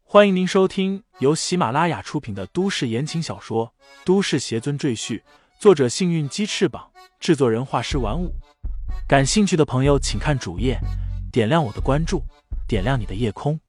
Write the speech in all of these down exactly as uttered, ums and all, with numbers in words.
欢迎您收听由喜马拉雅出品的都市言情小说《都市邪尊赘婿》，作者幸运鸡翅膀，制作人画师玩五。感兴趣的朋友请看主页，点亮我的关注，点亮你的夜空。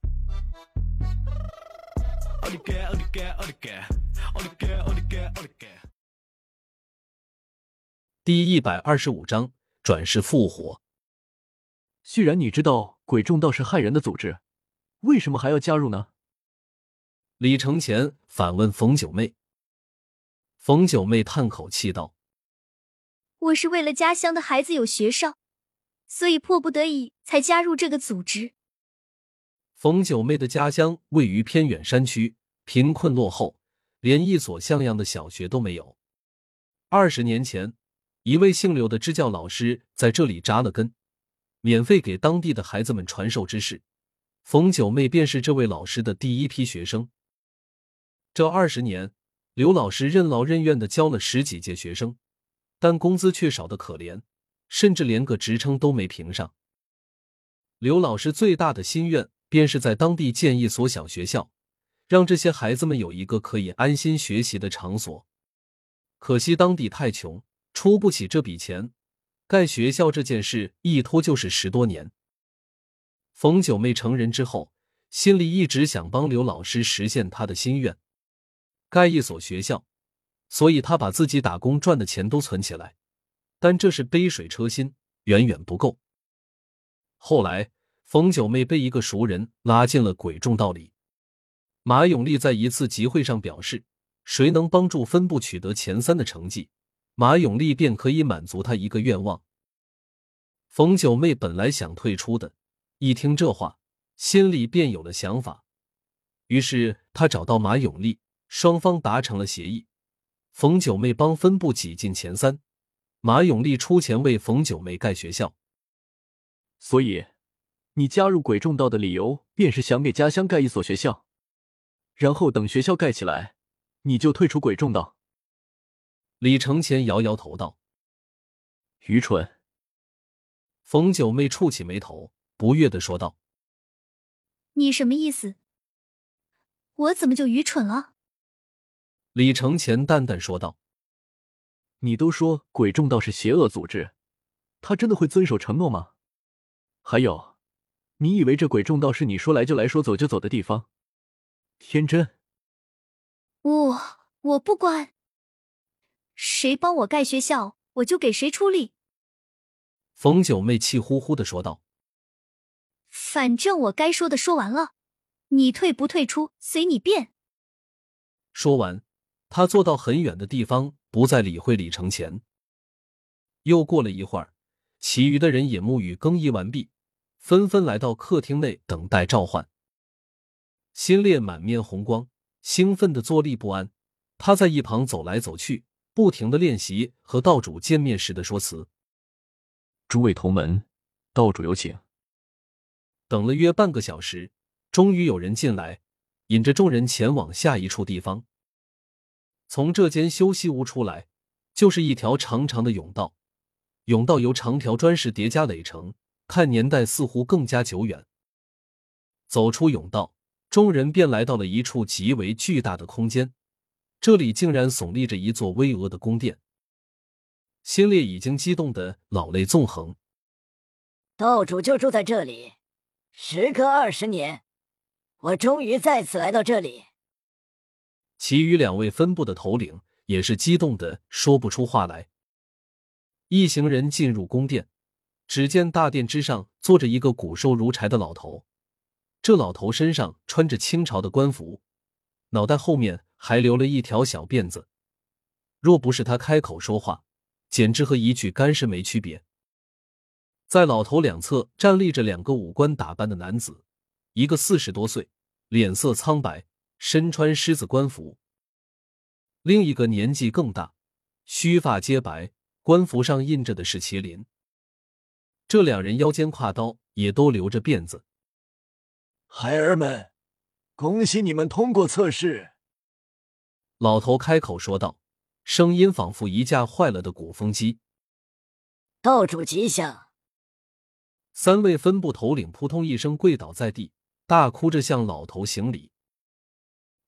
第一百二十五章转世复活。 既然你知道鬼众道是害人的组织，为什么还要加入呢？ 李承前反问冯九妹。冯九妹叹口气道： 我是为了家乡的孩子有学上，所以迫不得已才加入这个组织。 冯九妹的家乡位于偏远山区，贫困落后，连一所像样的小学都没有。二十年前，一位姓刘的支教老师在这里扎了根，免费给当地的孩子们传授知识。冯九妹便是这位老师的第一批学生。这二十年，刘老师任劳任怨地教了十几届学生，但工资却少得可怜，甚至连个职称都没评上。刘老师最大的心愿便是在当地建一所小学校，让这些孩子们有一个可以安心学习的场所。可惜当地太穷，出不起这笔钱，盖学校这件事一拖就是十多年。冯九妹成人之后，心里一直想帮刘老师实现他的心愿，盖一所学校，所以他把自己打工赚的钱都存起来，但这是杯水车薪，远远不够。后来，冯九妹被一个熟人拉进了鬼众道里。马永利在一次集会上表示，谁能帮助分部取得前三的成绩，马永利便可以满足他一个愿望。冯九妹本来想退出的，一听这话，心里便有了想法。于是他找到马永利，双方达成了协议。冯九妹帮分部挤进前三，马永利出钱为冯九妹盖学校。 所以，你加入鬼众道的理由便是想给家乡盖一所学校，然后等学校盖起来，你就退出鬼众道。 李承前摇摇头道： 愚蠢。 冯九妹触起眉头，不悦地说道： 你什么意思？我怎么就愚蠢了？ 李承前淡淡说道： 你都说鬼众道是邪恶组织，他真的会遵守承诺吗？还有，你以为这鬼众道是你说来就来说走就走的地方？天真。 我我不管，谁帮我盖学校，我就给谁出力。 冯九妹气呼呼地说道： 反正我该说的说完了，你退不退出随你便。 说完，他坐到很远的地方，不再理会李承前。又过了一会儿，其余的人也沐浴更衣完毕，纷纷来到客厅内等待召唤。心烈满面红光，兴奋地坐立不安，他在一旁走来走去，不停地练习和道主见面时的说辞。 诸位同门，道主有请。 等了约半个小时，终于有人进来，引着众人前往下一处地方。从这间休息屋出来，就是一条长长的甬道，甬道由长条砖石叠加垒成，看年代似乎更加久远。走出甬道，众人便来到了一处极为巨大的空间，这里竟然耸立着一座巍峨的宫殿。心烈已经激动得老泪纵横。 道主就住在这里，时隔二十年，我终于再次来到这里。 其余两位分部的头领也是激动得说不出话来。一行人进入宫殿，只见大殿之上坐着一个骨瘦如柴的老头，这老头身上穿着清朝的官服，脑袋后面还留了一条小辫子，若不是他开口说话，简直和一具干尸没区别。在老头两侧站立着两个五官打扮的男子，一个四十多岁，脸色苍白，身穿狮子官服；另一个年纪更大，须发皆白，官服上印着的是麒麟。这两人腰间挎刀，也都留着辫子。 孩儿们，恭喜你们通过测试。 老头开口说道，声音仿佛一架坏了的鼓风机。 道主吉祥。 三位分部头领扑通一声跪倒在地，大哭着向老头行礼。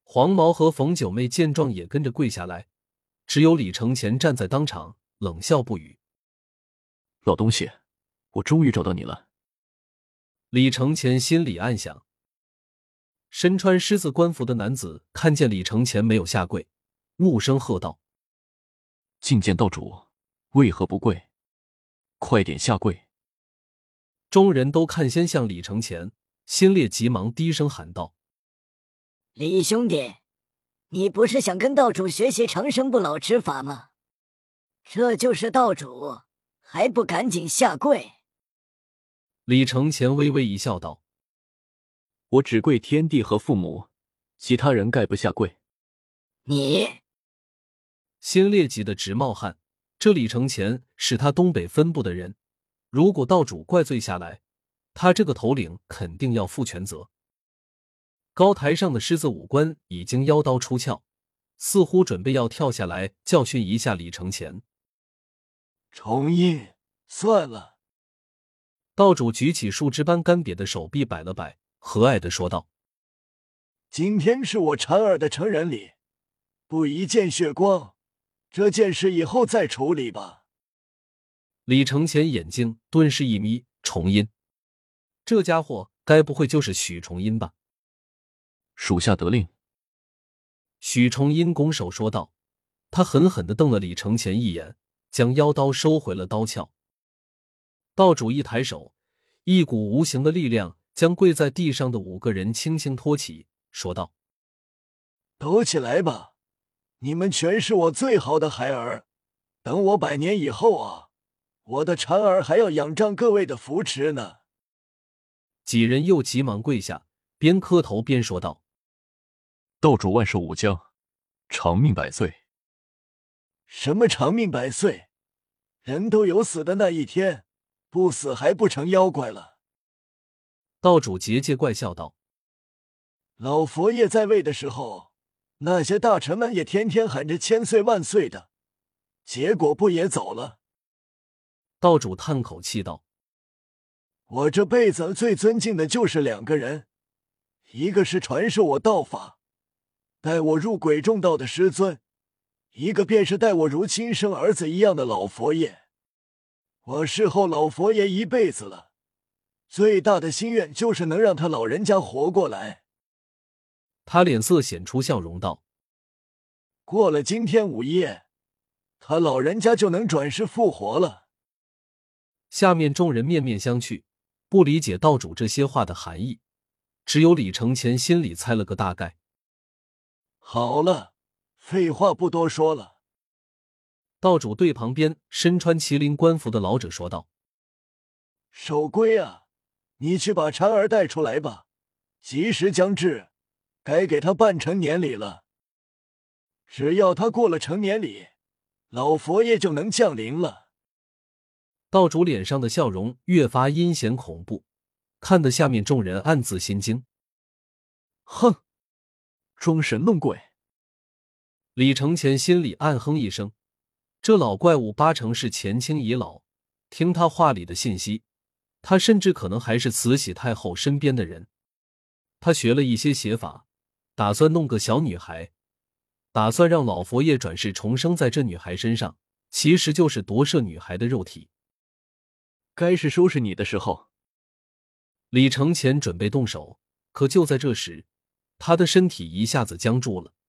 黄毛和冯九妹见状也跟着跪下来，只有李承前站在当场冷笑不语。 老东西，我终于找到你了。 李承前心里暗想。身穿狮子官服的男子看见李承前没有下跪，怒声喝道： 觐见道主，为何不跪？快点下跪！ 众人都看先向李承前，心烈急忙低声喊道： 李兄弟，你不是想跟道主学习长生不老之法吗？这就是道主，还不赶紧下跪？ 李承前微微一笑道： 我只跪天地和父母，其他人概不下跪。 你心烈急得直冒汗，这李承前是他东北分部的人，如果道主怪罪下来，他这个头领肯定要负全责。高台上的狮子武官已经腰刀出鞘，似乎准备要跳下来教训一下李承前。 重音，算了。 道主举起树枝般干瘪的手臂摆了摆，和蔼地说道： 今天是我婵儿的成人礼，不宜见血光，这件事以后再处理吧。 李承前眼睛顿时一眯，重音，这家伙该不会就是许重音吧？ 属下得令。 许重音拱手说道，他狠狠地瞪了李承前一眼，将腰刀收回了刀鞘。道主一抬手，一股无形的力量将跪在地上的五个人轻轻托起，说道： 抖起来吧，你们全是我最好的孩儿，等我百年以后啊，我的婵儿还要仰仗各位的扶持呢。 几人又急忙跪下，边磕头边说道： 道主万寿无疆，长命百岁。 什么长命百岁？人都有死的那一天，不死还不成妖怪了。 道主桀桀怪笑道： 老佛爷在位的时候，那些大臣们也天天喊着千岁万岁的，结果不也走了？ 道主叹口气道： 我这辈子最尊敬的就是两个人，一个是传授我道法，带我入鬼众道的师尊，一个便是待我如亲生儿子一样的老佛爷。我侍候老佛爷一辈子了，最大的心愿就是能让他老人家活过来。 他脸色显出笑容道： 过了今天午夜，他老人家就能转世复活了。 下面众人面面相觑，不理解道主这些话的含义，只有李承前心里猜了个大概。 好了，废话不多说了。 道主对旁边身穿麒麟官服的老者说道： 守规啊，你去把婵儿带出来吧，吉时将至，该给他办成年礼了。只要他过了成年礼，老佛爷就能降临了。 道主脸上的笑容越发阴险恐怖，看得下面众人暗自心惊。 哼，装神弄鬼。 李承前心里暗哼一声，这老怪物八成是前清遗老，听他话里的信息，他甚至可能还是慈禧太后身边的人。他学了一些邪法，打算弄个小女孩，打算让老佛爷转世重生在这女孩身上，其实就是夺舍女孩的肉体。 该是收拾你的时候。 李承前准备动手，可就在这时，他的身体一下子僵住了。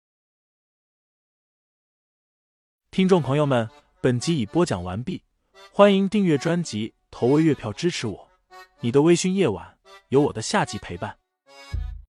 听众朋友们，本集已播讲完毕，欢迎订阅专辑，投喂月票支持我。你的微醺夜晚，有我的下集陪伴。